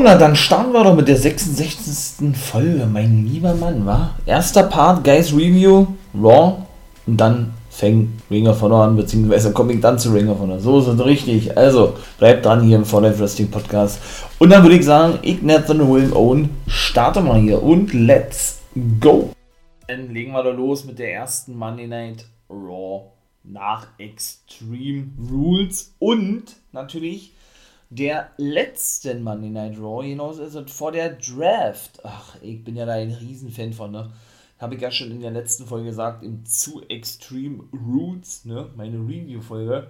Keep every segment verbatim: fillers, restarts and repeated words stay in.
na dann starten wir doch mit der sechsundsechzigsten Folge, mein lieber Mann, wa? Erster Part, Guys Review, Raw, und dann fängt Ring of Honor an, beziehungsweise komme ich dann zu Ring of Honor. So ist es richtig. Also, bleibt dran hier im For Life Wrestling Podcast. Und dann würde ich sagen, ich, Nathan William Owen, starte mal hier und let's go! Dann legen wir da los mit der ersten Monday Night Raw nach Extreme Rules und natürlich der letzten Monday Night Raw, hinaus ist es vor der Draft. Ach, ich bin ja da ein Riesenfan von, ne? Habe ich ja schon in der letzten Folge gesagt, im zu Extreme Rules, ne? Meine Review-Folge.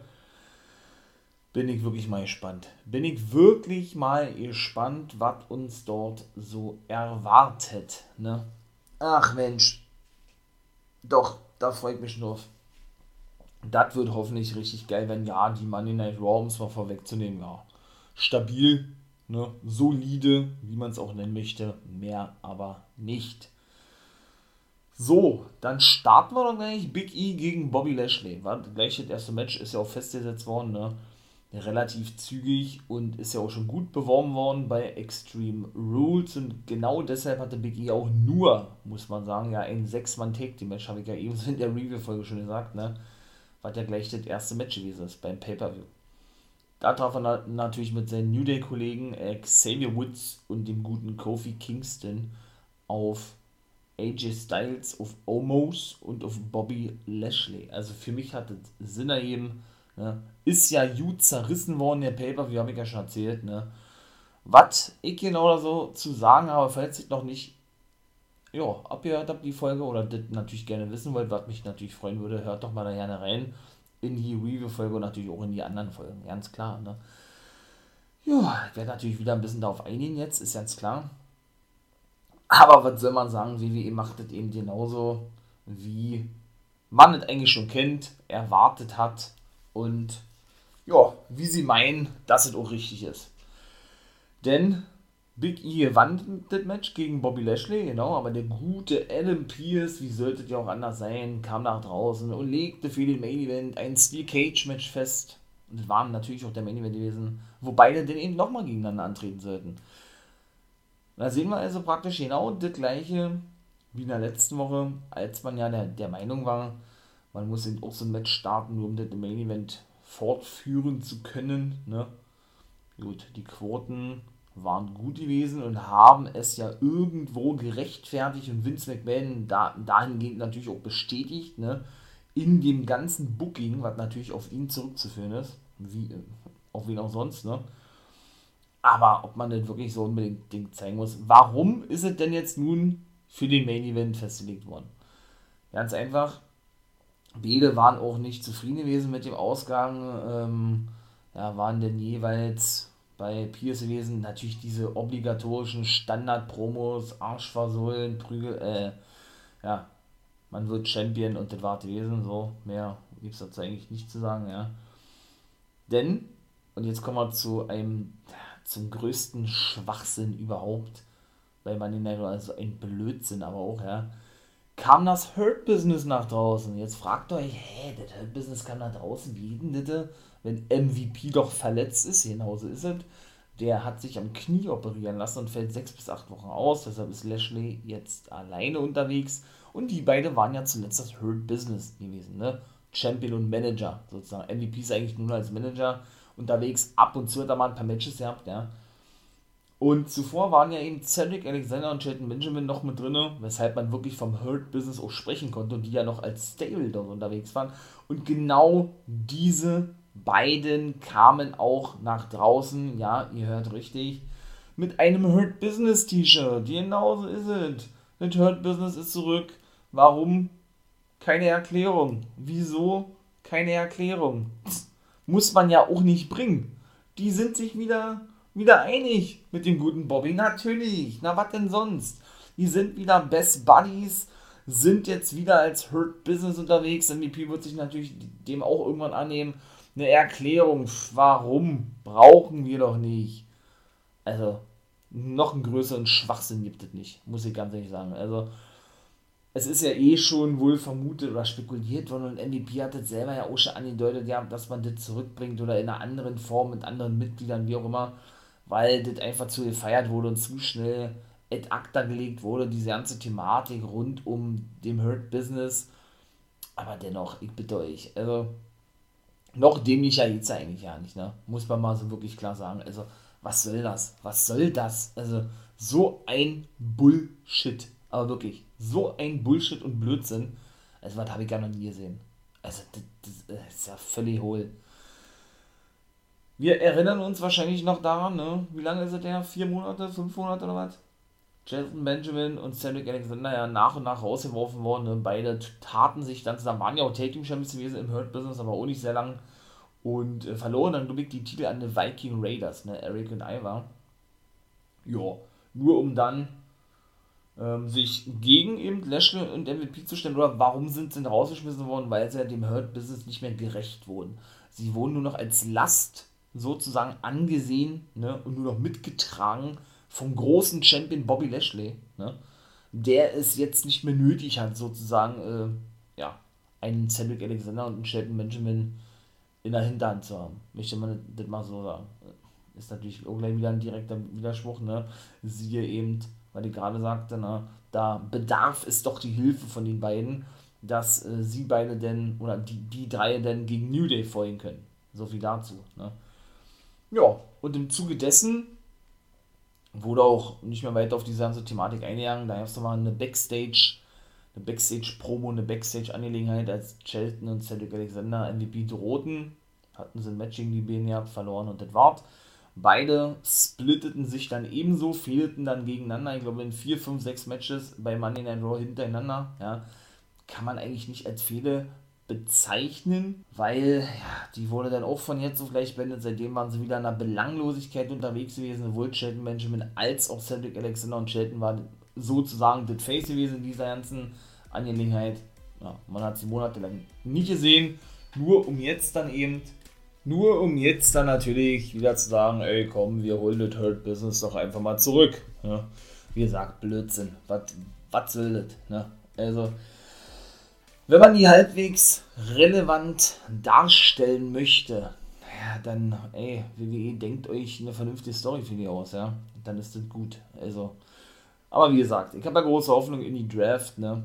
Bin ich wirklich mal gespannt. Bin ich wirklich mal gespannt, was uns dort so erwartet, ne? Ach Mensch. Doch, da freue ich mich schon drauf. Das wird hoffentlich richtig geil, wenn ja, die Monday Night Raw, um es mal vorwegzunehmen, ja. Stabil, ne, solide, wie man es auch nennen möchte, mehr aber nicht. So, dann starten wir doch gleich. Big E gegen Bobby Lashley. War gleich das erste Match, ist ja auch festgesetzt worden, ne? Relativ zügig und ist ja auch schon gut beworben worden bei Extreme Rules und genau deshalb hatte Big E auch nur, muss man sagen, ja, ein sechs-Mann-Take-Team-Match, habe ich ja eben in der Review-Folge schon gesagt, ne? Was ja gleich das erste Match gewesen ist beim Pay-Per-View. Da traf er na- natürlich mit seinen New Day-Kollegen äh, Xavier Woods und dem guten Kofi Kingston auf A J Styles, auf Omos und auf Bobby Lashley. Also für mich hat es Sinn ergeben, ne? Ist ja gut zerrissen worden, der Pay-Per-View, habe ich ja schon erzählt. Ne? Was ich genau da so zu sagen habe, falls ich noch nicht ja, abgehört habe, die Folge, oder das natürlich gerne wissen wollt, was mich natürlich freuen würde, hört doch mal da gerne rein in die Review-Folge und natürlich auch in die anderen Folgen, ganz klar. Ne? Ja, ich werde natürlich wieder ein bisschen darauf eingehen jetzt, ist ganz klar. Aber was soll man sagen, W W E macht das eben genauso, wie man es eigentlich schon kennt, erwartet hat und ja, wie sie meinen, dass es auch richtig ist. Denn Big E gewann das Match gegen Bobby Lashley, genau, aber der gute Adam Pearce, wie sollte es ja auch anders sein, kam nach draußen und legte für den Main Event ein Steel Cage Match fest. Und das war natürlich auch der Main Event gewesen, wo beide dann eben nochmal gegeneinander antreten sollten. Da sehen wir also praktisch genau das gleiche wie in der letzten Woche, als man ja der, der Meinung war, man muss eben auch so ein Match starten, nur um das Main Event fortführen zu können. Ne? Gut, die Quoten waren gut gewesen und haben es ja irgendwo gerechtfertigt und Vince McMahon da, dahingehend natürlich auch bestätigt, ne? In dem ganzen Booking, was natürlich auf ihn zurückzuführen ist, wie auf wen auch sonst, ne? Aber ob man das wirklich so unbedingt Ding zeigen muss, warum ist es denn jetzt nun für den Main Event festgelegt worden? Ganz einfach, beide waren auch nicht zufrieden gewesen mit dem Ausgang, ähm, ja, waren denn jeweils bei Pierce gewesen, natürlich diese obligatorischen Standard-Promos, Arschversohlen, Prügel, äh, ja, man wird Champion und das war gewesen, so, mehr gibt es dazu eigentlich nicht zu sagen, ja. Denn, und jetzt kommen wir zu einem, zum größten Schwachsinn überhaupt bei Monday Night Raw, also ein Blödsinn aber auch, ja, kam das Hurt Business nach draußen. Jetzt fragt euch, hä, das Hurt Business kam nach draußen, wie denn das, wenn M V P doch verletzt ist, genauso ist es. Der hat sich am Knie operieren lassen und fällt sechs bis acht Wochen aus, deshalb ist Lashley jetzt alleine unterwegs und die beiden waren ja zuletzt das Hurt Business gewesen, ne? Champion und Manager sozusagen. M V P ist eigentlich nur als Manager unterwegs, ab und zu hat er mal ein paar Matches gehabt, ja. Und zuvor waren ja eben Cedric Alexander und Shelton Benjamin noch mit drin, weshalb man wirklich vom Hurt Business auch sprechen konnte und die ja noch als Stable dort unterwegs waren. Und genau diese beiden kamen auch nach draußen, ja, ihr hört richtig, mit einem Hurt Business T-Shirt. Genauso ist es. Das Hurt Business ist zurück. Warum? Keine Erklärung. Wieso? Keine Erklärung. Muss man ja auch nicht bringen. Die sind sich wieder... wieder einig mit dem guten Bobby, natürlich, na was denn sonst, die sind wieder Best Buddies, sind jetzt wieder als Hurt Business unterwegs, M V P wird sich natürlich dem auch irgendwann annehmen, eine Erklärung, warum, brauchen wir doch nicht, also, noch einen größeren Schwachsinn gibt es nicht, muss ich ganz ehrlich sagen, also, es ist ja eh schon wohl vermutet oder spekuliert worden und M V P hat das selber ja auch schon angedeutet, ja, dass man das zurückbringt oder in einer anderen Form mit anderen Mitgliedern, wie auch immer, weil das einfach zu gefeiert wurde und zu schnell ad acta gelegt wurde, diese ganze Thematik rund um dem Hurt Business. Aber dennoch, ich bitte euch, also noch dämlicher geht's ja eigentlich ja nicht, ne? Muss man mal so wirklich klar sagen. Also, was soll das? Was soll das? Also, so ein Bullshit. Aber wirklich, so ein Bullshit und Blödsinn. Also, was habe ich gar noch nie gesehen. Also, das, das ist ja völlig hohl. Wir erinnern uns wahrscheinlich noch daran, ne? Wie lange ist es der? Vier Monate? Fünf Monate oder was? Shelton Benjamin und Cedric Alexander ja nach und nach rausgeworfen worden. Ne? Beide taten sich dann zusammen, waren ja auch Take Team Champions gewesen im Hurt Business, aber auch nicht sehr lang. Und äh, verloren dann, glaube ich, die Titel an die Viking Raiders, ne? Eric und Ivar. Ja, nur um dann ähm, sich gegen eben Lashley und M V P zu stellen. Oder warum sind sie denn rausgeschmissen worden? Weil sie ja dem Hurt Business nicht mehr gerecht wurden. Sie wurden nur noch als Last sozusagen angesehen, ne? Und nur noch mitgetragen vom großen Champion Bobby Lashley, ne? Der es jetzt nicht mehr nötig hat, sozusagen, äh, ja, einen Cedric Alexander und einen Shelton Benjamin in der Hinterhand zu haben. Möchte man das mal so sagen. Ist natürlich auch gleich wieder ein direkter Widerspruch, ne? Siehe eben, weil ich gerade sagte, ne, da bedarf es doch die Hilfe von den beiden, dass äh, sie beide denn, oder die, die drei denn gegen New Day vorgehen können. So viel dazu, ne? Ja, und im Zuge dessen wurde auch nicht mehr weiter auf diese ganze Thematik eingegangen. Da gab es nochmal eine Backstage, eine Backstage-Promo, eine Backstage-Angelegenheit, als Shelton und Cedric Alexander M V P drohten. Hatten sie ein Match gegen die Beine gehabt, verloren und das war's. Beide splitteten sich dann ebenso, fehlten dann gegeneinander. Ich glaube in vier, fünf, sechs Matches bei Monday Night Raw hintereinander. Ja, kann man eigentlich nicht als Fehde bezeichnen, weil ja, die wurde dann auch von jetzt auf gleich beendet. Seitdem waren sie wieder in einer Belanglosigkeit unterwegs gewesen, sowohl Shelton Benjamin als auch Cedric Alexander, und Shelton war sozusagen das Face gewesen in dieser ganzen Angelegenheit. Ja, man hat sie monatelang nicht gesehen, nur um jetzt dann eben, nur um jetzt dann natürlich wieder zu sagen, ey komm, wir holen das Hurt Business doch einfach mal zurück. Ja, wie gesagt, Blödsinn, was soll das, ne? Also, wenn man die halbwegs relevant darstellen möchte, ja, dann, ey, W W E, denkt euch eine vernünftige Story für die aus, ja, dann ist das gut, also, aber wie gesagt, ich habe ja große Hoffnung in die Draft, ne,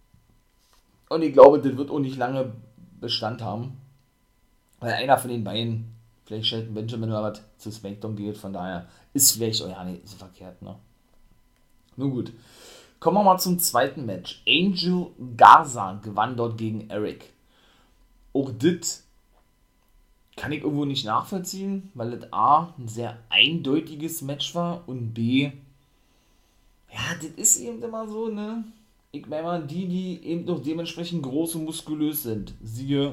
und ich glaube, das wird auch nicht lange Bestand haben, weil einer von den beiden, vielleicht Shelton Benjamin oder was, zu SmackDown geht, von daher ist vielleicht auch ja nicht so verkehrt, ne. Nun gut. Kommen wir mal zum zweiten Match. Angel Garza gewann dort gegen Eric. Auch das kann ich irgendwo nicht nachvollziehen, weil das A, ein sehr eindeutiges Match war und B, ja, das ist eben immer so, ne? Ich meine mal, die, die eben noch dementsprechend groß und muskulös sind, siehe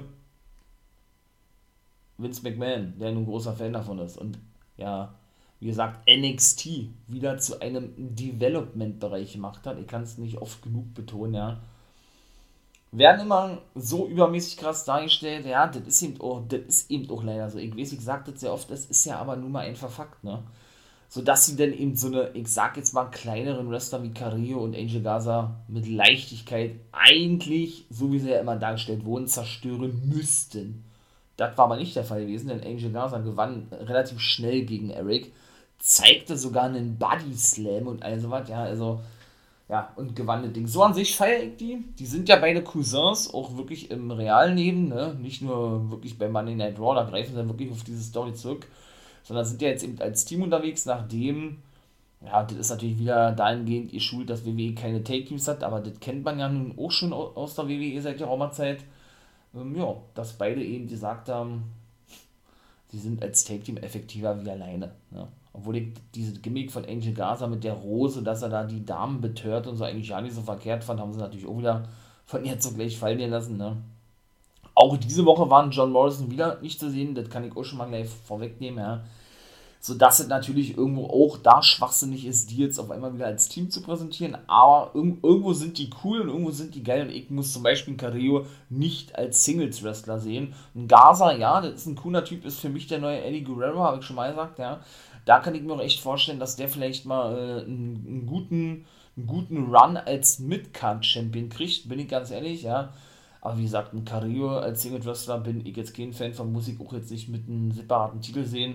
Vince McMahon, der ein großer Fan davon ist und ja, wie gesagt, N X T wieder zu einem Development-Bereich gemacht hat. Ich kann es nicht oft genug betonen, ja. Werden immer so übermäßig krass dargestellt, ja, das ist eben auch, das ist eben auch leider so. Ich weiß, ich sage das sehr oft, das ist ja aber nun mal einfach Fakt, ne. Sodass sie dann eben so eine, ich sag jetzt mal, kleineren Wrestler wie Carrillo und Angel Garza mit Leichtigkeit eigentlich, so wie sie ja immer dargestellt wurden, zerstören müssten. Das war aber nicht der Fall gewesen, denn Angel Garza gewann relativ schnell gegen Eric, zeigte sogar einen Body Slam und all sowas, ja, also, ja, und gewann das Ding. So an sich feiere ich die. Die sind ja beide Cousins, auch wirklich im realen Leben, ne, nicht nur wirklich bei Monday Night Raw, da greifen sie dann wirklich auf diese Story zurück, sondern sind ja jetzt eben als Team unterwegs, nachdem, ja, das ist natürlich wieder dahingehend ihr Schuld, dass W W E keine Take-Teams hat, aber das kennt man ja nun auch schon aus der W W E seit geraumer Zeit, ähm, ja, dass beide eben gesagt haben, sie sind als Take-Team effektiver wie alleine, ne? Obwohl ich dieses Gimmick von Angel Garza mit der Rose, dass er da die Damen betört und so, eigentlich gar nicht so verkehrt fand, haben sie natürlich auch wieder von jetzt so gleich fallen lassen, ne? Auch diese Woche waren John Morrison wieder nicht zu sehen, das kann ich auch schon mal gleich vorwegnehmen, ja. Sodass es natürlich irgendwo auch da schwachsinnig ist, die jetzt auf einmal wieder als Team zu präsentieren, aber irg- irgendwo sind die cool und irgendwo sind die geil und ich muss zum Beispiel Carrillo nicht als Singles-Wrestler sehen. Ein Garza, ja, das ist ein cooler Typ, ist für mich der neue Eddie Guerrero, habe ich schon mal gesagt, ja. Da kann ich mir auch echt vorstellen, dass der vielleicht mal äh, einen, einen, guten, einen guten Run als Mid-Card-Champion kriegt, bin ich ganz ehrlich, ja. Aber wie gesagt, ein Carrillo als Single-Wrestler bin ich jetzt kein Fan von, muss ich auch jetzt nicht mit einem separaten Titel sehen.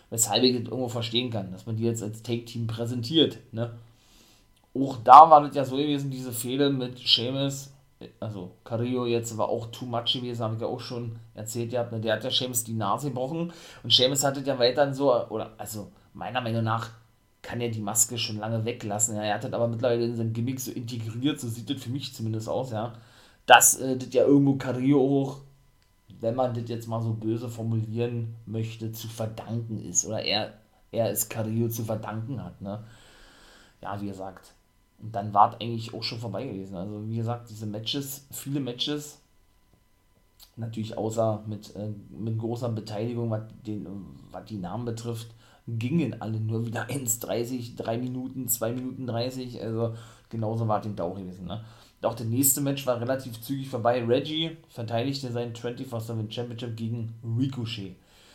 weshalb ich das irgendwo verstehen kann, dass man die jetzt als Take-Team präsentiert, ne? Auch da war das ja so gewesen, diese Fehde mit Sheamus, also Carrillo jetzt war auch too much gewesen, habe ich ja auch schon erzählt gehabt, ne? Der hat ja Sheamus die Nase gebrochen und Sheamus hat das ja weiterhin so, oder also meiner Meinung nach kann er die Maske schon lange weglassen, ja? Er hat das aber mittlerweile in sein Gimmick so integriert, so sieht das für mich zumindest aus, ja, dass äh, das ja irgendwo Carrillo auch, wenn man das jetzt mal so böse formulieren möchte, zu verdanken ist, oder er, er es Carrillo zu verdanken hat, ne? Ja, wie gesagt. Und dann war es eigentlich auch schon vorbei gewesen. Also wie gesagt, diese Matches, viele Matches, natürlich außer mit, äh, mit großer Beteiligung, was, den, was die Namen betrifft, gingen alle nur wieder eins dreißig, drei Minuten, zwei Minuten dreißig, also genauso war es eben auch gewesen. Ne? Auch das nächste Match war relativ zügig vorbei. Reggie verteidigte seinen vierundzwanzig sieben Championship gegen Ricochet.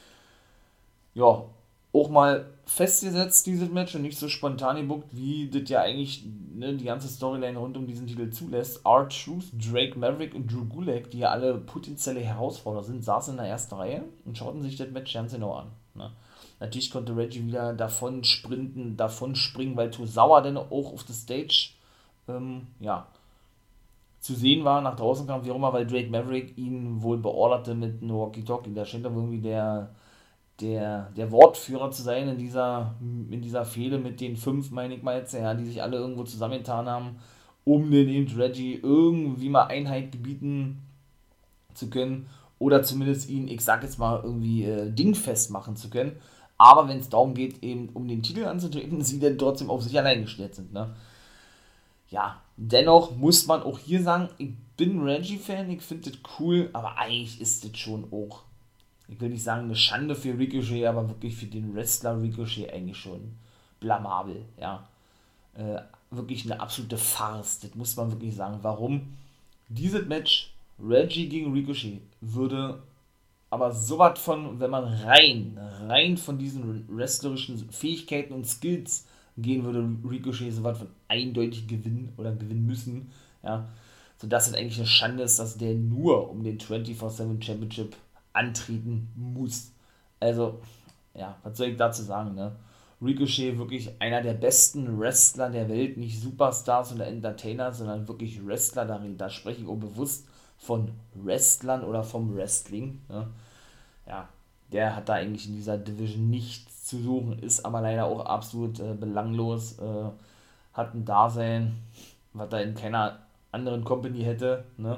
Ja, auch mal festgesetzt, dieses Match, und nicht so spontan gebuckt, wie das ja eigentlich, ne, die ganze Storyline rund um diesen Titel zulässt. R-Truth, Drake Maverick und Drew Gulak, die ja alle potenzielle Herausforderer sind, saßen in der ersten Reihe und schauten sich das Match ganz genau an. Ne? Natürlich konnte Reggie wieder davon sprinten, davon springen, weil Tozawa dann auch auf der Stage ähm, ja, zu sehen war, nach draußen kam, wie auch immer, weil Drake Maverick ihn wohl beorderte mit einem Walkie-Talkie. Da scheint doch irgendwie der Der, der Wortführer zu sein in dieser, in dieser Fehde mit den fünf, meine ich mal jetzt, ja, die sich alle irgendwo zusammengetan haben, um den eben Reggie irgendwie mal Einheit gebieten zu können oder zumindest ihn, ich sag jetzt mal, irgendwie äh, dingfest machen zu können. Aber wenn es darum geht, eben um den Titel anzutreten, sie dann trotzdem auf sich allein gestellt sind. Ne? Ja, dennoch muss man auch hier sagen, ich bin Reggie-Fan, ich finde das cool, aber eigentlich ist das schon auch, ich will nicht sagen eine Schande für Ricochet, aber wirklich für den Wrestler Ricochet eigentlich schon blamabel, ja. Äh, wirklich eine absolute Farce, das muss man wirklich sagen. Warum? Dieses Match, Reggie gegen Ricochet, würde aber sowas von, wenn man rein, rein von diesen wrestlerischen Fähigkeiten und Skills gehen würde, Ricochet sowas von eindeutig gewinnen oder gewinnen müssen, ja. Sodass es eigentlich eine Schande ist, dass der nur um den vierundzwanzig sieben Championship antreten muss. Also, ja, was soll ich dazu sagen, ne? Ricochet wirklich einer der besten Wrestler der Welt, nicht Superstars oder Entertainer, sondern wirklich Wrestler, da, da spreche ich auch bewusst von Wrestlern oder vom Wrestling, ne? Ja, der hat da eigentlich in dieser Division nichts zu suchen, ist aber leider auch absolut äh, belanglos, äh, hat ein Dasein, was er in keiner anderen Company hätte, ne?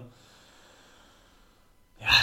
Ja,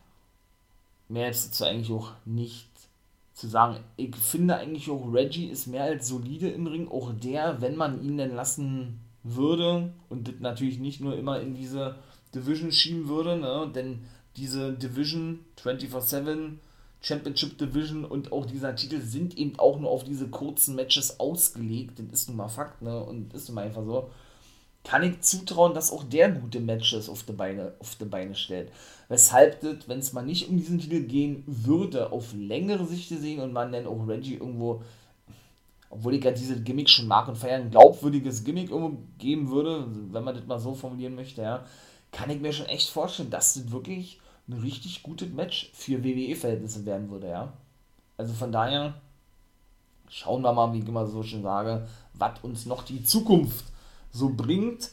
mehr ist dazu eigentlich auch nicht zu sagen. Ich finde eigentlich auch, Reggie ist mehr als solide im Ring. Auch der, wenn man ihn denn lassen würde und das natürlich nicht nur immer in diese Division schieben würde, ne, denn diese Division vierundzwanzig sieben Championship Division und auch dieser Titel sind eben auch nur auf diese kurzen Matches ausgelegt. Das ist nun mal Fakt, ne, und ist nun mal einfach so. Kann ich zutrauen, dass auch der gute Matches auf die Beine, auf die Beine stellt. Weshalb das, wenn es mal nicht um diesen Titel gehen würde, auf längere Sicht gesehen und man dann auch Reggie irgendwo, obwohl ich ja diese Gimmick schon mag und feiern, ein glaubwürdiges Gimmick irgendwo geben würde, wenn man das mal so formulieren möchte, ja, kann ich mir schon echt vorstellen, dass das wirklich ein richtig gutes Match für W W E-Verhältnisse werden würde, ja. Also von daher, schauen wir mal, wie ich immer so schön sage, was uns noch die Zukunft so bringt.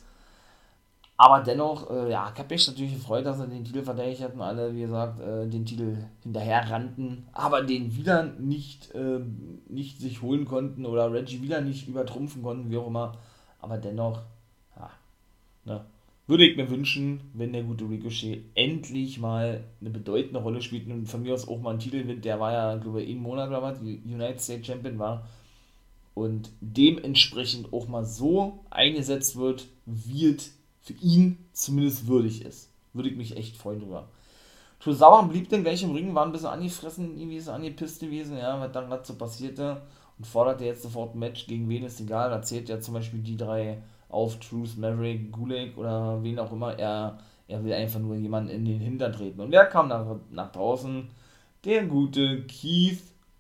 Aber dennoch, äh, ja, ich habe mich natürlich gefreut, dass sie den Titel verteidigt hatten, alle, wie gesagt, äh, den Titel hinterher rannten, aber den wieder nicht, äh, nicht sich holen konnten oder Reggie wieder nicht übertrumpfen konnten, wie auch immer. Aber dennoch, ja, ne, würde ich mir wünschen, wenn der gute Ricochet endlich mal eine bedeutende Rolle spielt und von mir aus auch mal einen Titel gewinnt. Der war ja, glaube ich, einen Monat oder was, United States Champion war. Und dementsprechend auch mal so eingesetzt wird, wie es für ihn zumindest würdig ist. Würde ich mich echt freuen drüber. Tozawa blieb dann gleich im Ring, war ein bisschen angefressen gewesen, angepisst gewesen, ja, was dann gerade so passierte und forderte jetzt sofort ein Match, gegen wen ist egal, da zählt ja zum Beispiel die drei auf, Truth, Maverick, Gulak oder wen auch immer, er, er will einfach nur jemanden in den Hintern treten. Und wer kam nach, nach draußen? Der gute Keith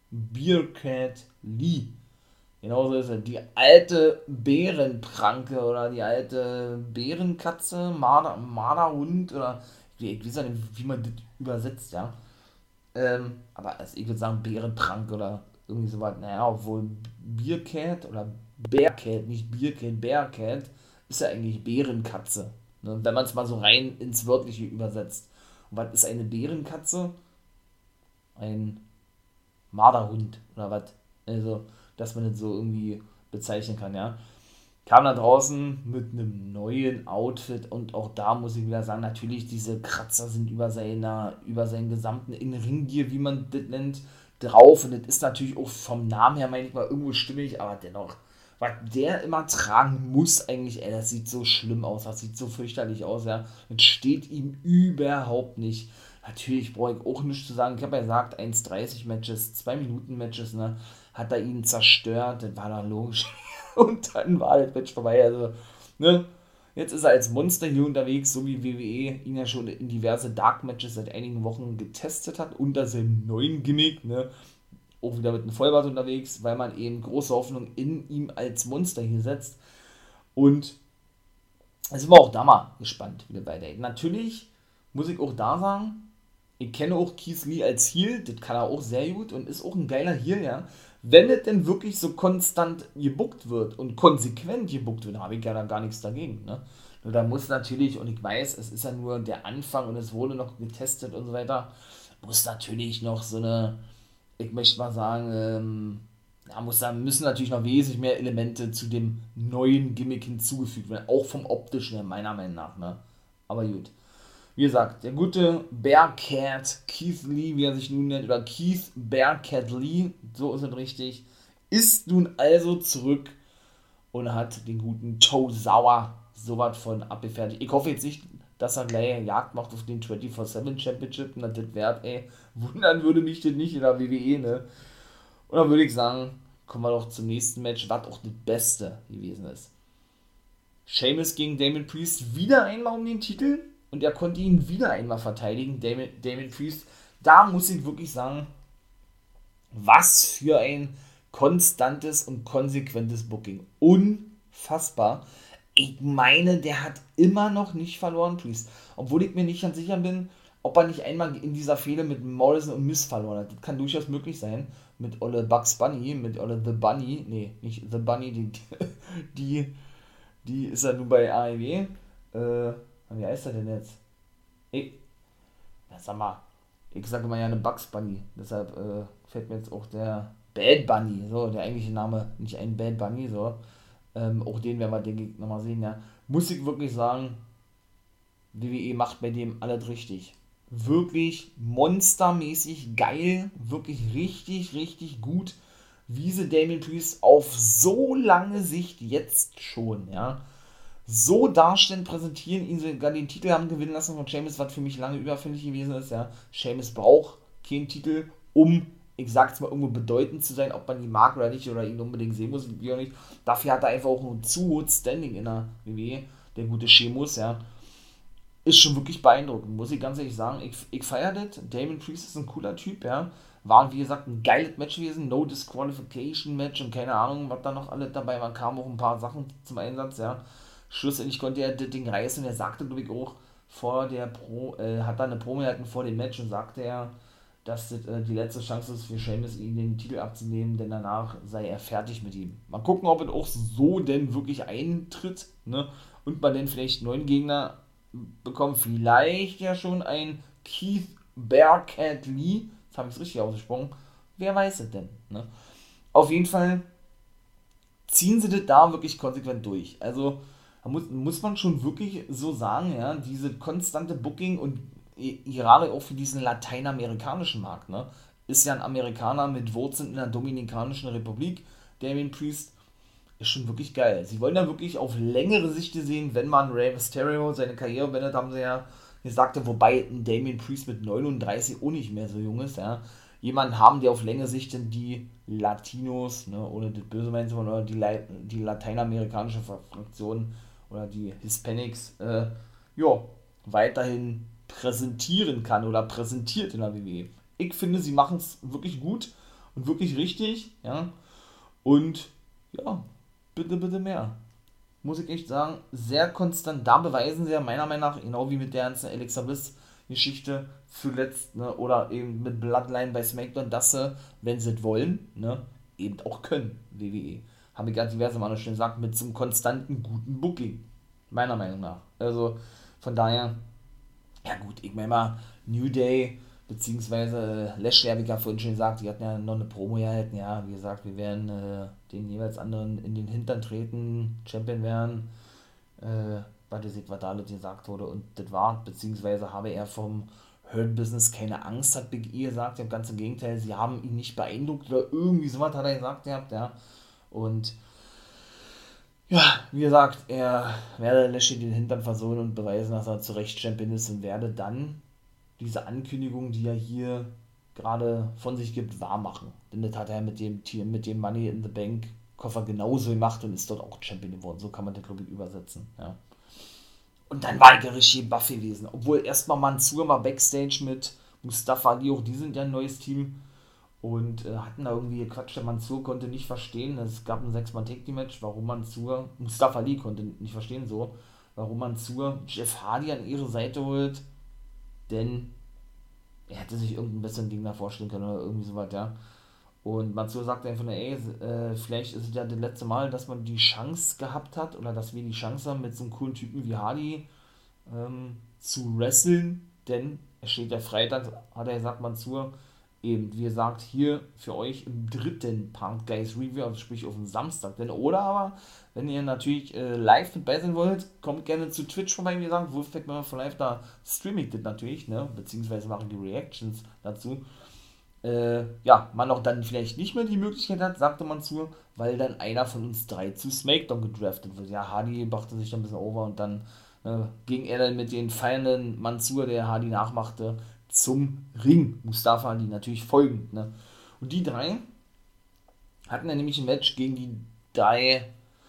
Bearcat Lee. Genauso ist er. Die alte Bärenpranke oder die alte Bärenkatze, Marder, Marderhund oder ich weiß nicht, wie man das übersetzt, ja. Ähm, aber also ich würde sagen Bärenpranke oder irgendwie so was, naja, obwohl Bearcat oder Bearcat, nicht Bearcat, Bearcat, ist ja eigentlich Bärenkatze, ne? Wenn man es mal so rein ins Wörtliche übersetzt. Und was ist eine Bärenkatze? Ein Marderhund oder was? Also, dass man das so irgendwie bezeichnen kann, ja. Kam da draußen mit einem neuen Outfit und auch da muss ich wieder sagen, natürlich diese Kratzer sind über seiner, über seinen gesamten In-Ring-Gear, wie man das nennt, drauf und das ist natürlich auch vom Namen her manchmal irgendwo stimmig, aber dennoch, was der immer tragen muss eigentlich, ey, das sieht so schlimm aus, das sieht so fürchterlich aus, ja, das steht ihm überhaupt nicht. Natürlich brauche ich auch nichts zu sagen, ich habe ja gesagt, eins dreißig Matches, zwei Minuten Matches, ne, hat er ihn zerstört, das war dann logisch. Und dann war das Match vorbei. Also, ne? Jetzt ist er als Monster hier unterwegs, so wie W W E ihn ja schon in diverse Dark-Matches seit einigen Wochen getestet hat, unter seinem neuen Gimmick, ne? Auch wieder mit einem Vollbart unterwegs, weil man eben große Hoffnung in ihm als Monster hier setzt. Und da sind wir auch da mal gespannt, wie der weitergeht. Natürlich muss ich auch da sagen, ich kenne auch Keith Lee als Heel, das kann er auch sehr gut und ist auch ein geiler Heel, ja. Wenn es denn wirklich so konstant gebuckt wird und konsequent gebuckt wird, habe ich ja dann gar nichts dagegen, ne. Nur da muss natürlich, und ich weiß, es ist ja nur der Anfang und es wurde noch getestet und so weiter, muss natürlich noch so eine, ich möchte mal sagen, ähm, ja, muss da müssen natürlich noch wesentlich mehr Elemente zu dem neuen Gimmick hinzugefügt werden, auch vom optischen her, meiner Meinung nach, ne. Aber gut. Wie gesagt, der gute Bearcat Keith Lee, wie er sich nun nennt, oder Keith Bearcat Lee, so ist es richtig, ist nun also zurück und hat den guten Tozawa sowas von abgefertigt. Ich hoffe jetzt nicht, dass er gleich Jagd macht auf den vierundzwanzig sieben Championship, und das wert, ey, wundern würde mich das nicht in der W W E, ne? Und dann würde ich sagen, kommen wir doch zum nächsten Match, was auch das Beste gewesen ist. Sheamus gegen Damien Priest, wieder einmal um den Titel. Und er konnte ihn wieder einmal verteidigen, Damien, Damien Priest. Da muss ich wirklich sagen, was für ein konstantes und konsequentes Booking. Unfassbar. Ich meine, der hat immer noch nicht verloren, Priest. Obwohl ich mir nicht ganz sicher bin, ob er nicht einmal in dieser Fehde mit Morrison und Miz verloren hat. Das kann durchaus möglich sein. Mit Olle Bugs Bunny, mit Olle The Bunny. Nee, nicht The Bunny, die, die, die ist ja nun bei A E W. Äh, wie heißt er denn jetzt? Ich, na, sag mal, ich sage mal ja eine Bugs Bunny, deshalb äh, fällt mir jetzt auch der Bad Bunny, so, der eigentliche Name, nicht ein Bad Bunny, so, ähm, auch den werden wir, denke ich, nochmal sehen, ja. Muss ich wirklich sagen, W W E macht bei dem alles richtig. Wirklich monstermäßig geil, wirklich richtig, richtig gut, wie sie Damien Priest auf so lange Sicht jetzt schon, ja, so darstellen, präsentieren, ihn sogar den Titel haben gewinnen lassen von Sheamus, was für mich lange überfällig gewesen ist, ja. Sheamus braucht keinen Titel, um, ich sag's mal, irgendwo bedeutend zu sein, ob man ihn mag oder nicht, oder ihn unbedingt sehen muss, wie auch nicht. Dafür hat er einfach auch ein zu hohes Standing in der W W E, der gute Sheamus, ja. Ist schon wirklich beeindruckend, muss ich ganz ehrlich sagen. Ich, ich feiere das. Damien Priest ist ein cooler Typ, ja. War, wie gesagt, ein geiles Match gewesen, No Disqualification Match und keine Ahnung, was da noch alles dabei war. Kamen auch ein paar Sachen zum Einsatz, ja. Schlussendlich konnte er das Ding reißen und er sagte, glaube ich, auch vor der Pro, äh, hat da eine Promo gehalten vor dem Match und sagte er, dass das äh, die letzte Chance ist für Sheamus, ihn den Titel abzunehmen, denn danach sei er fertig mit ihm. Mal gucken, ob es auch so denn wirklich eintritt, ne? Und man dann vielleicht einen neuen Gegner bekommt, vielleicht ja schon ein Keith Bearcat Lee, jetzt habe ich es richtig ausgesprochen, wer weiß es denn, ne? Auf jeden Fall ziehen sie das da wirklich konsequent durch, also da muss, muss man schon wirklich so sagen, ja, diese konstante Booking und gerade auch für diesen lateinamerikanischen Markt, ne, ist ja ein Amerikaner mit Wurzeln in der Dominikanischen Republik, Damien Priest, ist schon wirklich geil. Sie wollen da wirklich auf längere Sicht sehen, wenn man Rey Mysterio seine Karriere beendet, haben sie ja gesagt, wobei ein Damien Priest mit neununddreißig auch nicht mehr so jung ist, ja, jemanden haben, der auf längere Sicht die Latinos, ne, ohne das böse meinen zu wollen, oder die, die lateinamerikanische Fraktion oder die Hispanics, äh, ja, weiterhin präsentieren kann oder präsentiert in der W W E. Ich finde, sie machen es wirklich gut und wirklich richtig, ja, und ja, bitte, bitte mehr. Muss ich echt sagen, sehr konstant, da beweisen sie ja meiner Meinung nach, genau wie mit der ganzen Alexa Bliss Geschichte zuletzt, ne, oder eben mit Bloodline bei SmackDown, dass sie, wenn sie es wollen, ne, eben auch können, W W E. Habe ich gerade diverse Male schon gesagt, mit so einem konstanten, guten Booking. Meiner Meinung nach. Also, von daher, ja gut, ich meine mal, New Day, beziehungsweise Lashley, habe ich ja vorhin schon gesagt, die hatten ja noch eine Promo gehalten, ja, wie gesagt, wir werden äh, den jeweils anderen in den Hintern treten, Champion werden, äh, weil das was da alles gesagt wurde und das war, beziehungsweise habe er vom Hurt Business keine Angst, hat Big E gesagt, im ganzen Gegenteil, sie haben ihn nicht beeindruckt oder irgendwie sowas hat er gesagt gehabt, ja, und ja, wie gesagt, er werde Lashley den Hintern versohlen und beweisen, dass er zu Recht Champion ist und werde dann diese Ankündigung, die er hier gerade von sich gibt, wahr machen. Denn das hat er mit dem Team, mit dem Money in the Bank Koffer genauso gemacht und ist dort auch Champion geworden. So kann man das, glaube ich, übersetzen. Ja. Und dann war er richtig baff gewesen. Obwohl erstmal Mansoor mal Backstage mit Mustafa Ali, auch die sind ja ein neues Team. Und äh, hatten da irgendwie gequatscht. Der Mansoor konnte nicht verstehen. Es gab ein sechs Mann Tag Team Match, warum Mansoor, Mustafa Ali konnte nicht verstehen so, warum Mansoor Jeff Hardy an ihre Seite holt. Denn er hätte sich irgendein besseres Ding da vorstellen können oder irgendwie sowas, ja. Und Mansoor sagt einfach nur, ey, äh, vielleicht ist es ja das letzte Mal, dass man die Chance gehabt hat oder dass wir die Chance haben, mit so einem coolen Typen wie Hardy ähm, zu wresteln, denn es steht ja Freitag, hat er gesagt, Mansoor, eben, wie gesagt, hier für euch im dritten Punk Guys Review, also sprich auf dem Samstag. Denn, oder aber, wenn ihr natürlich äh, live mit bei sein wollt, kommt gerne zu Twitch vorbei, wie gesagt, Wolfpack Member for Life, da streame ich das natürlich, ne, beziehungsweise machen die Reactions dazu. Äh, ja, man auch dann vielleicht nicht mehr die Möglichkeit hat, sagte man zu, weil dann einer von uns drei zu SmackDown gedraftet wird. Ja, Hardy brachte sich dann ein bisschen over und dann äh, ging er dann mit den feiernden Mansoor, der Hardy nachmachte, zum Ring. Mustafa Ali natürlich folgend. Ne? Und die drei hatten dann nämlich ein Match gegen die drei,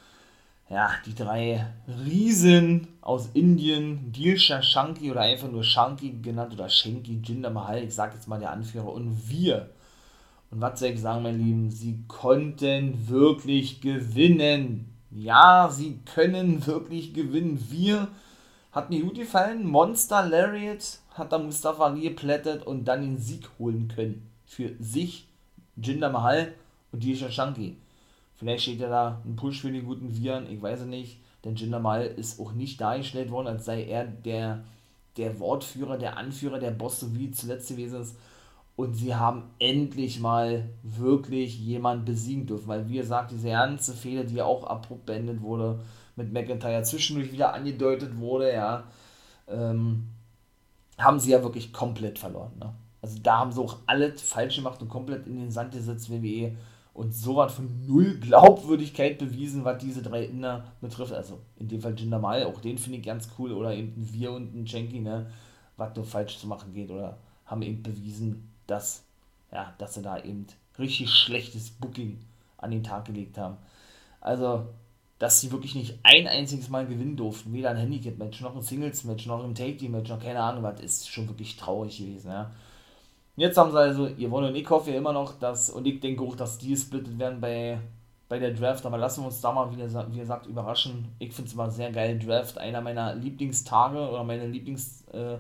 ja, die drei Riesen aus Indien, Dilsha Shanky oder einfach nur Shanky genannt oder Shanky, Jinder Mahal, ich sag jetzt mal der Anführer, und wir. Und was soll ich sagen, meine Lieben, sie konnten wirklich gewinnen. Ja, sie können wirklich gewinnen. Wir, hat mir gut gefallen, Monster Lariat hat da Mustafa Ali geplättet und dann den Sieg holen können. Für sich, Jinder Mahal und Dilsha Shanky. Vielleicht steht ja da ein Push für die guten Viren, ich weiß es nicht, denn Jinder Mahal ist auch nicht dargestellt worden, als sei er der, der Wortführer, der Anführer, der Boss, so wie zuletzt gewesen ist. Und sie haben endlich mal wirklich jemanden besiegen dürfen, weil wie gesagt, diese ganze Fehler, die ja auch abrupt beendet wurde, mit McIntyre zwischendurch wieder angedeutet wurde, ja, ähm, haben sie ja wirklich komplett verloren. Ne? Also da haben sie auch alles falsch gemacht und komplett in den Sand gesetzt, W W E. Und sowas von null Glaubwürdigkeit bewiesen, was diese drei Inder betrifft. Also in dem Fall Jinder Mahal, auch den finde ich ganz cool. Oder eben ein Wir und ein Shanky, ne, was nur falsch zu machen geht. Oder haben eben bewiesen, dass, ja, dass sie da eben richtig schlechtes Booking an den Tag gelegt haben. Also, dass sie wirklich nicht ein einziges Mal gewinnen durften. Weder ein Handicap-Match, noch ein Singles-Match, noch ein Take-Team-Match, noch keine Ahnung was, ist schon wirklich traurig gewesen, ja. Jetzt haben sie also, ihr wollt und ich hoffe ja immer noch, dass, und ich denke auch, dass die gesplittet werden bei, bei der Draft, aber lassen wir uns da mal, wieder, wie gesagt, überraschen. Ich finde es immer sehr geil, Draft, einer meiner Lieblingstage oder meine Lieblingstage,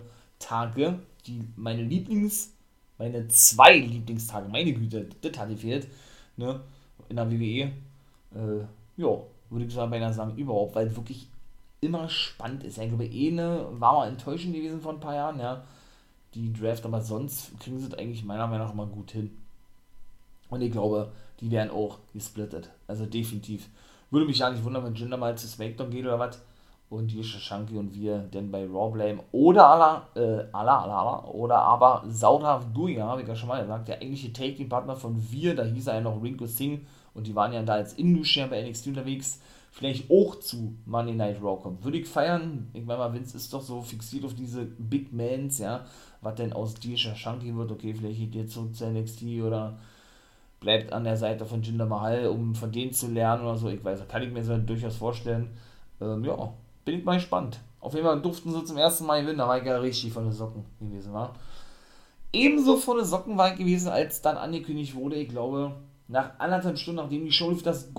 die, meine Lieblings, meine zwei Lieblingstage, meine Güte, das hat gefehlt, ne, in der W W E, äh, ja, würde ich sogar beinahe sagen, überhaupt, weil es wirklich immer spannend ist. Ich glaube, eine war mal enttäuschend gewesen vor ein paar Jahren, ja, die Draft, aber sonst kriegen sie es eigentlich meiner Meinung nach immer gut hin. Und ich glaube, die werden auch gesplittet. Also definitiv. Würde mich ja nicht wundern, wenn Jinder mal zu SmackDown geht oder was. Und die Shanky und wir denn bei Raw bleiben. Oder alla, äh, alla, alla, alla, oder aber Saurav Guya, habe ich ja schon mal gesagt, der eigentliche Take-Team-Partner von wir, da hieß er ja noch Ringo Singh und die waren ja da als Induscher bei N X T unterwegs, vielleicht auch zu Monday Night Raw kommt. Würde ich feiern. Ich meine mal, Vince ist doch so fixiert auf diese Big Mans, ja, was denn aus Dilsha Shanky wird, okay, vielleicht geht ihr zurück zu N X T oder bleibt an der Seite von Jinder Mahal, um von denen zu lernen oder so, ich weiß, kann ich mir so durchaus vorstellen. Ähm, ja, bin ich mal gespannt. Auf jeden Fall durften sie zum ersten Mal gewinnen, da war ich ja richtig von den Socken gewesen, war. Ebenso von den Socken war ich gewesen, als dann angekündigt wurde, ich glaube, nach anderthalb Stunden, nachdem die Show lief, dass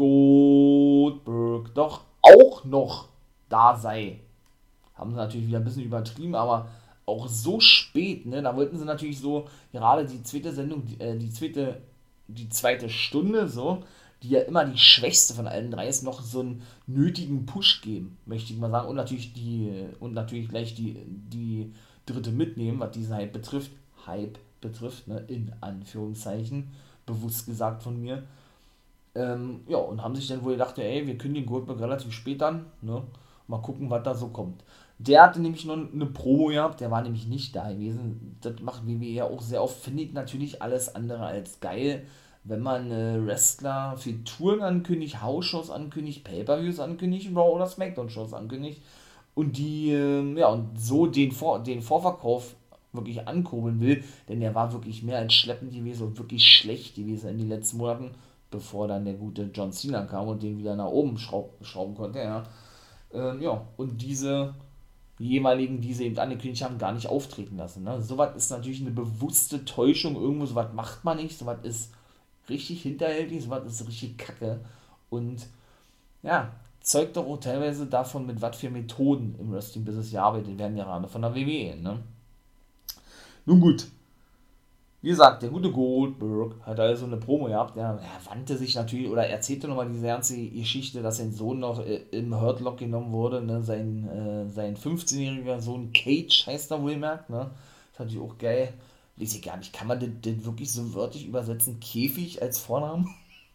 Goldberg doch auch noch da sei. Haben sie natürlich wieder ein bisschen übertrieben, aber auch so spät, ne? Da wollten sie natürlich so, gerade die zweite Sendung, die, äh, die zweite, die zweite Stunde, so, die ja immer die schwächste von allen drei ist, noch so einen nötigen Push geben, möchte ich mal sagen. Und natürlich die, und natürlich gleich die, die dritte mitnehmen, was diesen Hype betrifft. Hype betrifft, ne? In Anführungszeichen, bewusst gesagt von mir. Ähm, ja, und haben sich dann wohl gedacht, ja, ey, wir kündigen Goldberg relativ spät an, ne? Mal gucken, was da so kommt. Der hatte nämlich noch eine Promo gehabt, der war nämlich nicht da gewesen. Das macht W W E ja auch sehr oft, finde ich natürlich alles andere als geil, wenn man äh, Wrestler für Touren ankündigt, House-Shows ankündigt, Pay-Per-Views ankündigt, Raw oder Smackdown-Shows ankündigt und die, äh, ja, und so den, Vor den Vorverkauf wirklich ankurbeln will, denn der war wirklich mehr als schleppend gewesen und wirklich schlecht gewesen in den letzten Monaten, bevor dann der gute John Cena kam und den wieder nach oben schraub, schrauben konnte, ja. Ähm, ja, und diese jeweiligen, die sie eben angekündigt haben, gar nicht auftreten lassen. Ne? Sowas ist natürlich eine bewusste Täuschung, irgendwo sowas macht man nicht, sowas ist richtig hinterhältig, sowas ist richtig kacke und ja, zeugt doch auch teilweise davon, mit was für Methoden im Wrestling-Business gearbeitet werden, gerade von der W W E. Ne? Nun gut, wie gesagt, der gute Goldberg hat also eine Promo gehabt, ja, er wandte sich natürlich oder erzählte nochmal diese ganze Geschichte, dass sein Sohn noch äh, im Hurt Lock genommen wurde, ne, sein, äh, sein fünfzehnjähriger Sohn Cage heißt er wohl, merkt, ne, das fand ich auch geil, weiß ich gar nicht, kann man den, den wirklich so wörtlich übersetzen, Käfig als Vornamen?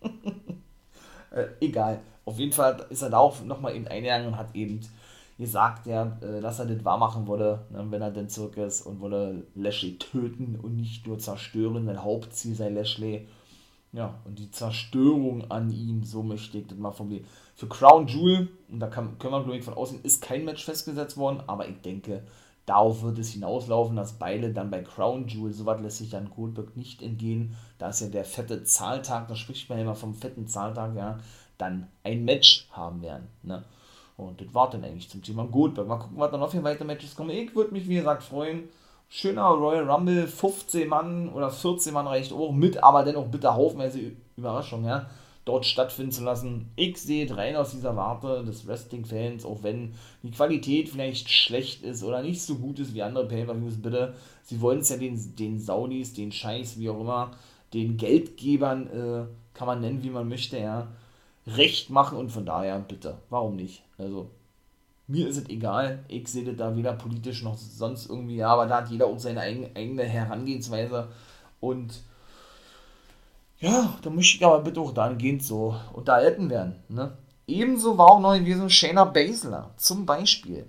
äh, egal, auf jeden Fall ist er da auch nochmal eben eingegangen und hat eben gesagt, ja, äh, dass er das wahr machen wolle, ne, wenn er denn zurück ist und wolle Lashley töten und nicht nur zerstören. Sein Hauptziel sei Lashley. Ja, und die Zerstörung an ihm, so möchte ich das mal formulieren. Für Crown Jewel, und da kann, können wir glaube ich von aussehen, ist kein Match festgesetzt worden, aber ich denke, darauf wird es hinauslaufen, dass beide dann bei Crown Jewel, sowas lässt sich dann Goldberg nicht entgehen, da ist ja der fette Zahltag, da spricht man ja immer vom fetten Zahltag, ja, dann ein Match haben werden, ne. Und das war dann eigentlich zum Thema Goldberg. Mal gucken, was dann noch für weitere Matches kommen. Ich würde mich, wie gesagt, freuen. Schöner Royal Rumble, fünfzehn Mann oder vierzehn Mann reicht auch mit, aber dennoch bitte haufenweise Überraschung, ja, dort stattfinden zu lassen. Ich sehe rein aus dieser Warte des Wrestling-Fans, auch wenn die Qualität vielleicht schlecht ist oder nicht so gut ist wie andere Pay-Per-Views, bitte. Sie wollen es ja den, den Saudis, den Scheiß, wie auch immer, den Geldgebern, äh, kann man nennen, wie man möchte, ja, recht machen und von daher bitte, warum nicht? Also, mir ist es egal, ich sehe das da weder politisch noch sonst irgendwie, ja, aber da hat jeder auch seine eigen, eigene Herangehensweise und ja, da möchte ich aber bitte auch dahingehend so unterhalten werden, ne? Ebenso war auch noch gewesen Shayna Baszler, zum Beispiel.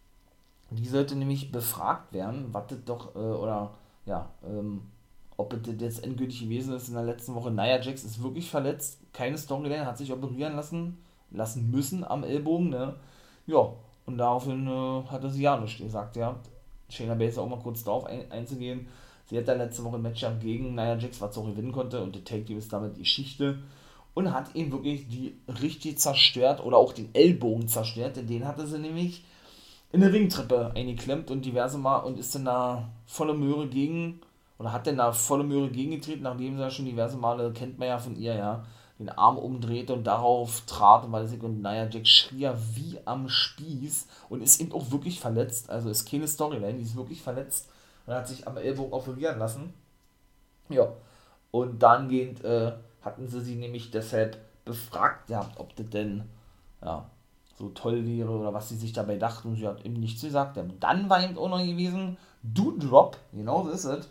Die sollte nämlich befragt werden, was das doch, äh, oder, ja, ähm, ob es das jetzt endgültig gewesen ist in der letzten Woche. Nia Jax ist wirklich verletzt, keine Storyline, hat sich operieren lassen, lassen müssen am Ellbogen, ne? Ja, und daraufhin äh, hatte sie ja nichts gesagt, ja. Shayna Baszler auch mal kurz darauf ein, einzugehen. Sie hat dann letzte Woche ein Match gehabt gegen Nia Jax, was sie auch gewinnen konnte und der Take Team ist damit die Geschichte. Und hat eben wirklich die richtig zerstört oder auch den Ellbogen zerstört, denn den hatte sie nämlich in eine Ringtreppe eingeklemmt und diverse Mal und ist dann da volle Möhre gegen, oder hat dann da volle Möhre gegengetreten, nachdem sie ja schon diverse Male, kennt man ja von ihr, ja, den Arm umdrehte und darauf trat und weil sie und Nia Jax schrie ja wie am Spieß und ist eben auch wirklich verletzt, also ist keine Storyline, die ist wirklich verletzt und hat sich am Ellbogen operieren lassen. Ja, und dahingehend äh, hatten sie sie nämlich deshalb befragt gehabt, ob das denn, ja, so toll wäre oder was sie sich dabei dachten und sie hat eben nichts gesagt. Dann war eben auch noch gewesen, Doudrop, genau so ist es,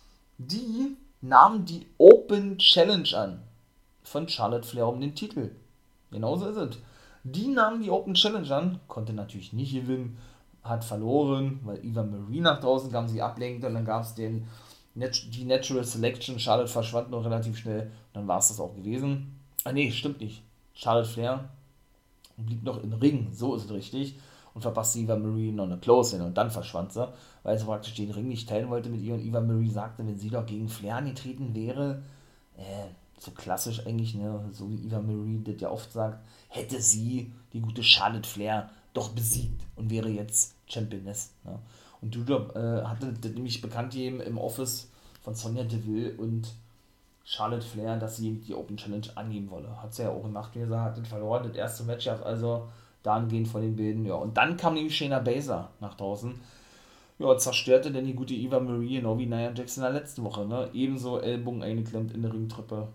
die nahm die Open Challenge an von Charlotte Flair um den Titel. Genauso ist es. Die nahm die Open Challenge an, konnte natürlich nicht gewinnen, hat verloren, weil Eva Marie nach draußen kam, sie ablenkt und dann gab es den die Natural Selection, Charlotte verschwand noch relativ schnell und dann war es das auch gewesen. Ah nee, stimmt nicht. Charlotte Flair blieb noch im Ring, so ist es richtig, und verpasste Eva Marie noch eine Close-In und dann verschwand sie, weil sie praktisch den Ring nicht teilen wollte mit ihr und Eva Marie sagte, wenn sie doch gegen Flair angetreten wäre, äh, so klassisch eigentlich, ne, so wie Eva Marie das ja oft sagt, hätte sie die gute Charlotte Flair doch besiegt und wäre jetzt Championess. Ne? Und Doudrop äh, hatte das nämlich bekannt gegeben im Office von Sonya Deville und Charlotte Flair, dass sie die Open Challenge annehmen wolle. Hat sie ja auch gemacht, wie gesagt, hat den verloren, das erste Match, also dahingehend von den Bilden, ja. Und dann kam nämlich Shayna Baszler nach draußen ja, zerstörte denn die gute Eva Marie, genau wie Nia Jax in der letzten Woche, ne? Ebenso Ellbogen eingeklemmt in der Ringtreppe.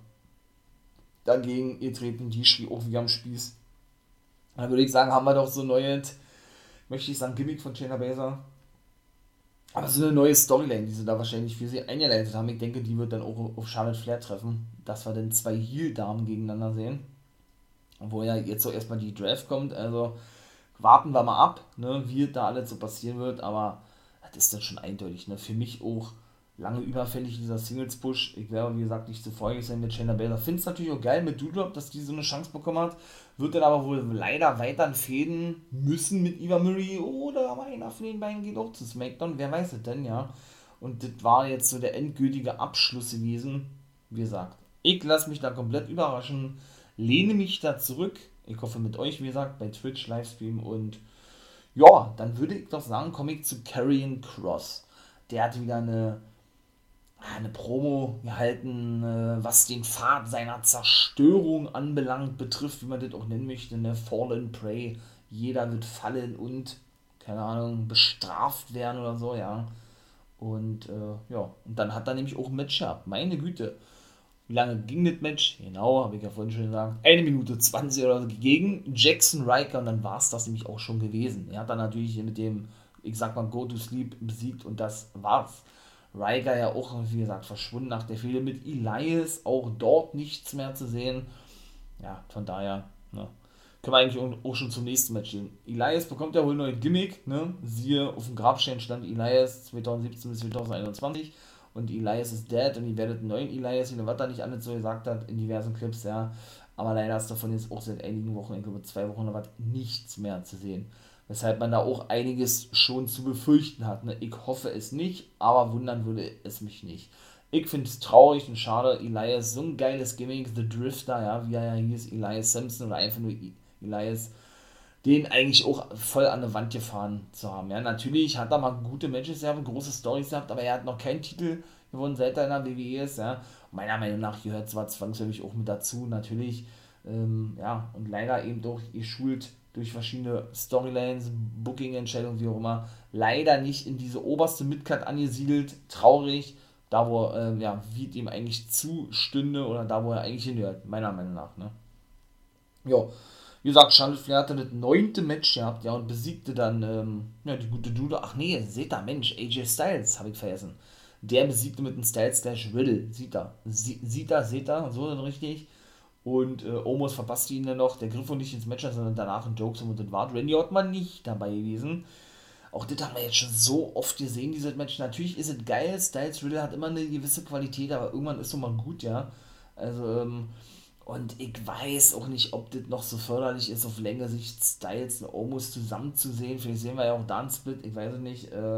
Dagegen ihr treten die Schrie auch wie am Spieß. Dann würde ich sagen, haben wir doch so ein neues, möchte ich sagen, Gimmick von Shayna Baszler. Aber so eine neue Storyline, die sie da wahrscheinlich für sie eingeleitet haben. Ich denke, die wird dann auch auf Charlotte Flair treffen, dass wir dann zwei Heel-Damen gegeneinander sehen. Wo ja jetzt so erstmal die Draft kommt, also warten wir mal ab, ne, wie da alles so passieren wird, aber das ist dann schon eindeutig, ne, für mich auch lange überfällig dieser Singles-Push. Ich werde, wie gesagt, nicht zu freudig sein mit Shayna Baszler. Finde es natürlich auch geil mit Doudrop, dass die so eine Chance bekommen hat, wird dann aber wohl leider weiter fäden müssen mit Eva Marie oder aber einer von den beiden geht auch zu SmackDown, wer weiß es denn, ja. Und das war jetzt so der endgültige Abschluss gewesen, wie gesagt. Ich lasse mich da komplett überraschen, lehne mich da zurück. Ich hoffe mit euch, wie gesagt, bei Twitch, Livestream und ja, dann würde ich doch sagen, komme ich zu Karrion Kross. Der hat wieder eine, eine Promo gehalten, was den Pfad seiner Zerstörung anbelangt, betrifft, wie man das auch nennen möchte, ne? Fallen Prey. Jeder wird fallen und, keine Ahnung, bestraft werden oder so, ja. Und äh, ja, und dann hat er nämlich auch ein Match gehabt. Meine Güte. Wie lange ging das Match? Genau, habe ich ja vorhin schon gesagt. Eine Minute zwanzig oder so gegen Jackson Riker und dann war es das nämlich auch schon gewesen. Er hat dann natürlich mit dem, ich sag mal, Go to Sleep besiegt und das war's. Riker ja auch, wie gesagt, verschwunden nach der Fehde mit Elias. Auch dort nichts mehr zu sehen. Ja, von daher, ne, können wir eigentlich auch schon zum nächsten Match gehen. Elias bekommt ja wohl ein neues Gimmick, ne? Siehe, auf dem Grabstein stand Elias zwanzig siebzehn bis zwanzig einundzwanzig. Und Elias ist dead und ihr werdet einen neuen Elias sehen, was er nicht alles so gesagt hat in diversen Clips, ja. Aber leider ist davon jetzt auch seit einigen Wochen, ich glaube zwei Wochen oder was, nichts mehr zu sehen. Weshalb man da auch einiges schon zu befürchten hat. Ne? Ich hoffe es nicht, aber wundern würde es mich nicht. Ich finde es traurig und schade. Elias, so ein geiles Gimmick, The Drifter, ja, wie er ja hieß, Elias Simpson oder einfach nur Elias, den eigentlich auch voll an der Wand gefahren zu haben. Ja, natürlich hat er mal gute Matches gehabt, große Storys gehabt, aber er hat noch keinen Titel gewonnen, seit er in der W W E ist. Ja. Meiner Meinung nach gehört zwar zwangsläufig auch mit dazu, natürlich. Ähm, ja, und leider eben doch geschult durch verschiedene Storylines, Booking-Entscheidungen, wie auch immer, leider nicht in diese oberste Midcard angesiedelt. Traurig, da wo ähm, ja, wie ihm eigentlich zustünde oder da wo er eigentlich hingehört, meiner Meinung nach. Ne? Jo. Wie gesagt, Charlotte Flair hatte das neunte Match gehabt, ja, und besiegte dann, ähm, ja, die gute Dude. Ach nee, seht ihr, Mensch, A J Styles, habe ich vergessen. Der besiegte mit einem Styles Slash Riddle, sieht er, Sie, sieht er, seht ihr, so dann richtig. Und äh, Omos verpasste ihn dann noch, der griff wohl nicht ins Match, sondern danach ein Joke, und das war Randy Orton nicht dabei gewesen. Auch das haben wir jetzt schon so oft gesehen, dieses Match. Natürlich ist es geil, Styles Riddle hat immer eine gewisse Qualität, aber irgendwann ist es mal gut, ja. Also, ähm, und ich weiß auch nicht, ob das noch so förderlich ist, auf längere Sicht Styles und Omos zusammenzusehen. Vielleicht sehen wir ja auch da einen Split, ich weiß es nicht. Äh,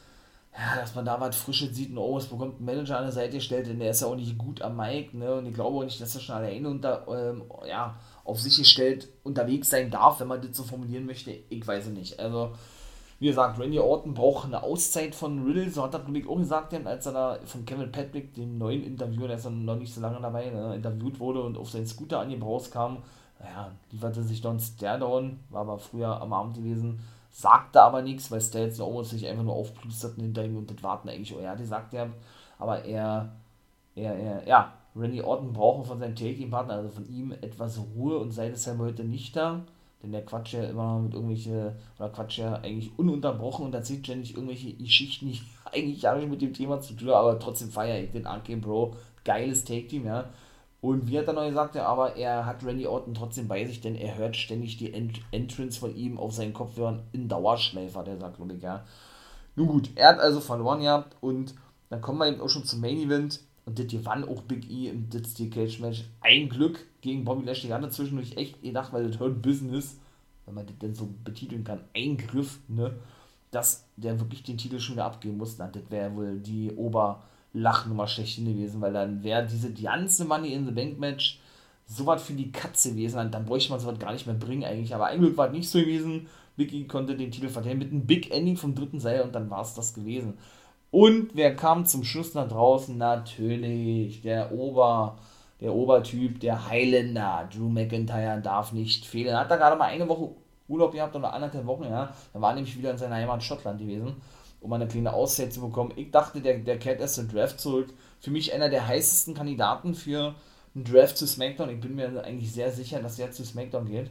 ja, dass man da was Frisches sieht und Omos bekommt einen Manager an der Seite gestellt, denn der ist ja auch nicht gut am Mic, ne? Und ich glaube auch nicht, dass er schon alleine unter, ähm, ja, auf sich gestellt unterwegs sein darf, wenn man das so formulieren möchte. Ich weiß es nicht. Also, wie gesagt, Randy Orton braucht eine Auszeit von Riddle, so hat er glaube ich auch gesagt, als er da von Kevin Patrick, dem neuen Interviewer, der ist dann noch nicht so lange dabei, ne, interviewt wurde und auf seinen Scooter an ihm rauskam. Naja, lieferte sich dann Stairdown, war aber früher am Abend gewesen, sagte aber nichts, weil Styles und Omos sich einfach nur aufplüsterten hinter ihm und das warten eigentlich, oh ja, die sagt er, aber er, er, er, ja, Randy Orton braucht von seinem Taking-Partner, also von ihm, etwas Ruhe und sei deshalb heute nicht da. Denn der quatscht ja immer mit irgendwelche, oder quatscht ja eigentlich ununterbrochen und erzählt ständig irgendwelche Geschichten, die eigentlich gar nicht mit dem Thema zu tun haben, aber trotzdem feiere ich den Arcane Bro. Geiles Take-Team, ja. Und wie hat er noch gesagt, ja, aber er hat Randy Orton trotzdem bei sich, denn er hört ständig die Ent- Entrance von ihm auf seinen Kopfhörern in Dauerschleifer, der sagt, glaube ich, ja. Nun gut, er hat also verloren gehabt und dann kommen wir eben auch schon zum Main Event. Und das gewann auch Big E im Steel Cage Match. Ein Glück gegen Bobby Lashley. Ich hatte zwischendurch echt gedacht, weil das Hurt Business, wenn man das denn so betiteln kann, Eingriff, ne, dass der wirklich den Titel schon wieder abgeben muss. Das wäre wohl die Oberlachnummer schlechthin gewesen, weil dann wäre diese ganze Money in the Bank Match sowas für die Katze gewesen. Dann bräuchte man sowas gar nicht mehr bringen eigentlich. Aber ein Glück war es nicht so gewesen. Big E konnte den Titel verteidigen mit einem Big Ending vom dritten Seil und dann war es das gewesen. Und wer kam zum Schluss nach draußen? Natürlich der Ober, der Obertyp, der Highlander. Drew McIntyre darf nicht fehlen. Hat da gerade mal eine Woche Urlaub gehabt oder anderthalb Wochen, ja. Er war nämlich wieder in seiner Heimat Schottland gewesen. um eine kleine Auszeit zu bekommen. Ich dachte, der, der kehrt erst im Draft zurück. Für mich einer der heißesten Kandidaten für einen Draft zu SmackDown. Ich bin mir eigentlich sehr sicher, dass der zu SmackDown geht.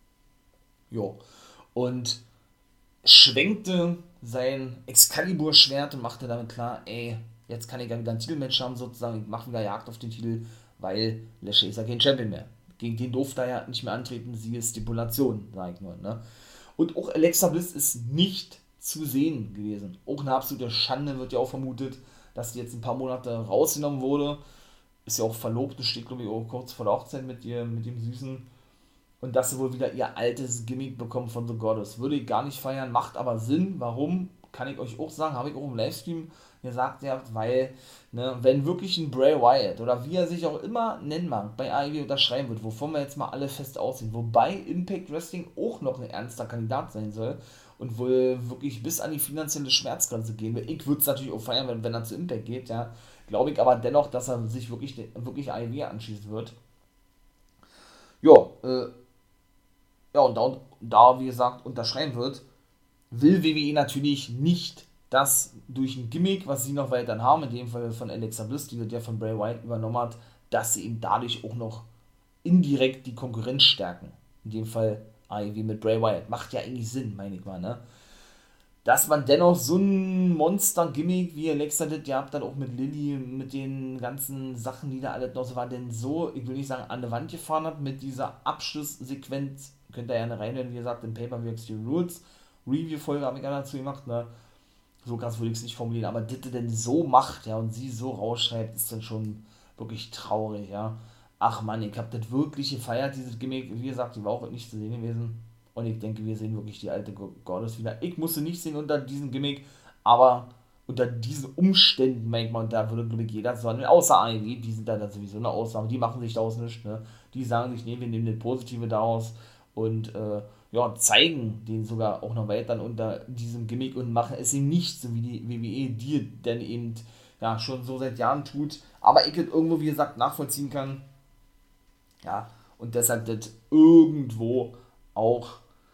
Jo. Und schwenkte sein Excalibur-Schwert und machte damit klar, ey, jetzt kann ich ja wieder ein Titelmatch haben, sozusagen, ich mache wieder Jagd auf den Titel, weil Lashley ist ja kein Champion mehr. Gegen den durfte er ja nicht mehr antreten, siehe Stipulation, sag ich nur, ne? Und auch Alexa Bliss ist nicht zu sehen gewesen. Auch eine absolute Schande, wird ja auch vermutet, dass die jetzt ein paar Monate rausgenommen wurde. Ist ja auch verlobt, steht glaube ich auch kurz vor der Hochzeit mit ihr, mit dem Süßen. Und dass sie wohl wieder ihr altes Gimmick bekommen von The Goddess. Würde ich gar nicht feiern, macht aber Sinn. Warum? Kann ich euch auch sagen, habe ich auch im Livestream gesagt, ja, weil, ne, wenn wirklich ein Bray Wyatt oder wie er sich auch immer nennen mag, bei A E W unterschreiben wird, wovon wir jetzt mal alle fest aussehen, wobei Impact Wrestling auch noch ein ernster Kandidat sein soll und wohl wirklich bis an die finanzielle Schmerzgrenze gehen will. Ich würde es natürlich auch feiern, wenn, wenn er zu Impact geht, ja. Glaube ich aber dennoch, dass er sich wirklich, wirklich A E W anschließen wird. Ja, äh, ja, und da, da, wie gesagt, unterschreiben wird, will W W E natürlich nicht, dass durch ein Gimmick, was sie noch weiterhin haben, in dem Fall von Alexa Bliss, die das ja von Bray Wyatt übernommen hat, dass sie eben dadurch auch noch indirekt die Konkurrenz stärken. In dem Fall A E W mit Bray Wyatt. Macht ja eigentlich Sinn, meine ich mal, ne? Dass man dennoch so ein Monster-Gimmick wie Alexa das, ihr habt dann auch mit Lilly, mit den ganzen Sachen, die da alles noch so waren, denn so, ich will nicht sagen, an der Wand gefahren hat, mit dieser Abschlusssequenz, könnt ihr gerne reinhören, wie gesagt, im Pay-Per-View Extreme Rules, Review-Folge habe ich ja dazu gemacht, ne? So krass würde ich es nicht formulieren, aber das denn so macht, ja, und sie so rausschreibt, ist dann schon wirklich traurig, ja. Ach man, ich habe das wirklich gefeiert, dieses Gimmick, wie gesagt, die war auch nicht zu sehen gewesen. Und ich denke, wir sehen wirklich die alte Goddess wieder. Ich musste nicht sehen unter diesem Gimmick, aber unter diesen Umständen, manchmal, und da würde, glaube ich, jeder so handeln, außer A E W, die sind da dann sowieso eine Ausnahme, die machen sich daraus nichts, ne? Die sagen sich, nee, wir nehmen das Positive daraus und, äh, ja, zeigen den sogar auch noch weiter unter diesem Gimmick und machen es ihm nicht, so wie die W W E, die denn eben, ja, schon so seit Jahren tut, aber ich das irgendwo, wie gesagt, nachvollziehen kann, ja, und deshalb das irgendwo auch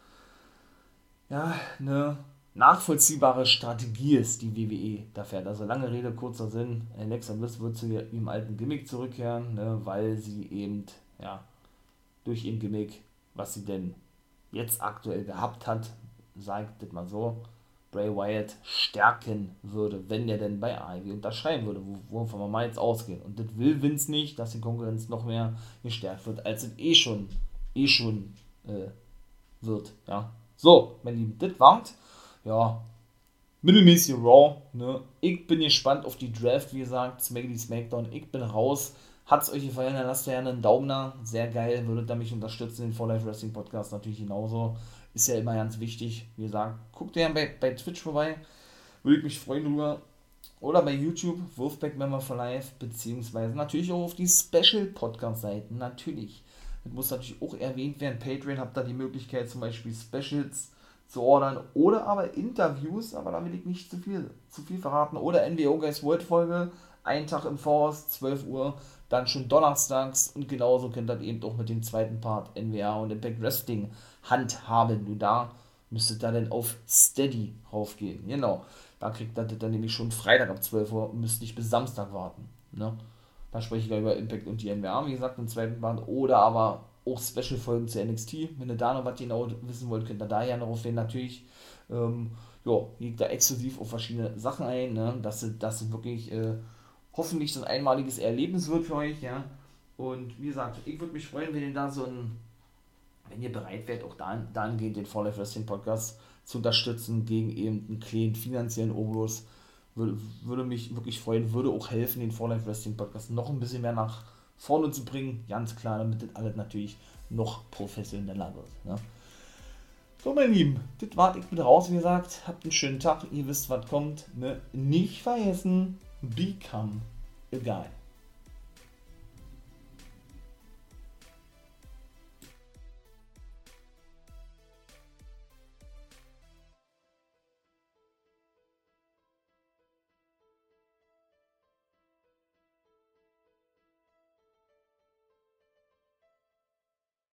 ja, eine nachvollziehbare Strategie ist, die W W E da fährt. Also lange Rede, kurzer Sinn, Alexa Bliss wird zu ihrem alten Gimmick zurückkehren, ne, weil sie eben, ja, durch ihr Gimmick, was sie denn jetzt aktuell gehabt hat, sagt das mal so, Bray Wyatt stärken würde, wenn der denn bei A E W unterschreiben würde, wovon wir mal jetzt ausgehen. Und das will Vince nicht, dass die Konkurrenz noch mehr gestärkt wird, als es eh schon, eh schon äh, wird, ja. So, mein Lieben, das war's. Ja, mittelmäßig Raw, ne? Ich bin gespannt auf die Draft, wie gesagt, Smackity Smackdown. Ich bin raus. Hat's euch gefallen, dann lasst gerne einen Daumen da. Sehr geil, würdet ihr mich unterstützen, den For Life Wrestling Podcast natürlich genauso. Ist ja immer ganz wichtig, wie gesagt. Guckt gerne bei, bei Twitch vorbei, würde ich mich freuen drüber. Oder bei YouTube, Wolfpack Member for Life, beziehungsweise natürlich auch auf die Special Podcast Seiten, natürlich. Das muss natürlich auch erwähnt werden. Patreon habt da die Möglichkeit, zum Beispiel Specials zu ordern oder aber Interviews, aber da will ich nicht zu viel, zu viel verraten. Oder N W O Guys World Folge, einen Tag im Voraus, zwölf Uhr, dann schon donnerstags und genauso könnt ihr eben auch mit dem zweiten Part N W A und Impact Wrestling handhaben. Du da müsstet da dann auf Steady raufgehen. Genau, da kriegt ihr das dann nämlich schon Freitag ab zwölf Uhr und müsst nicht bis Samstag warten. Ne? Da spreche ich ja über Impact und die N W A, wie gesagt, im zweiten Band. Oder aber auch Special-Folgen zu N X T. Wenn ihr da noch was genau wissen wollt, könnt ihr da ja noch auf den natürlich, ähm, ja, geht da exklusiv auf verschiedene Sachen ein, ne? Dass das wirklich äh, hoffentlich so ein einmaliges Erlebnis wird für euch, ja. Und wie gesagt, ich würde mich freuen, wenn ihr da so ein, wenn ihr bereit wärt, auch dann, dahingehend den For Life Wrestling Podcast zu unterstützen, gegen eben einen kleinen finanziellen Obolus. Würde, würde mich wirklich freuen, würde auch helfen, den For Life Wrestling Podcast noch ein bisschen mehr nach vorne zu bringen, ganz klar, damit das alles natürlich noch professioneller wird. Ne? So, meine Lieben, das war ich wieder raus, wie gesagt, habt einen schönen Tag, ihr wisst, was kommt, ne? Nicht vergessen, become a guy.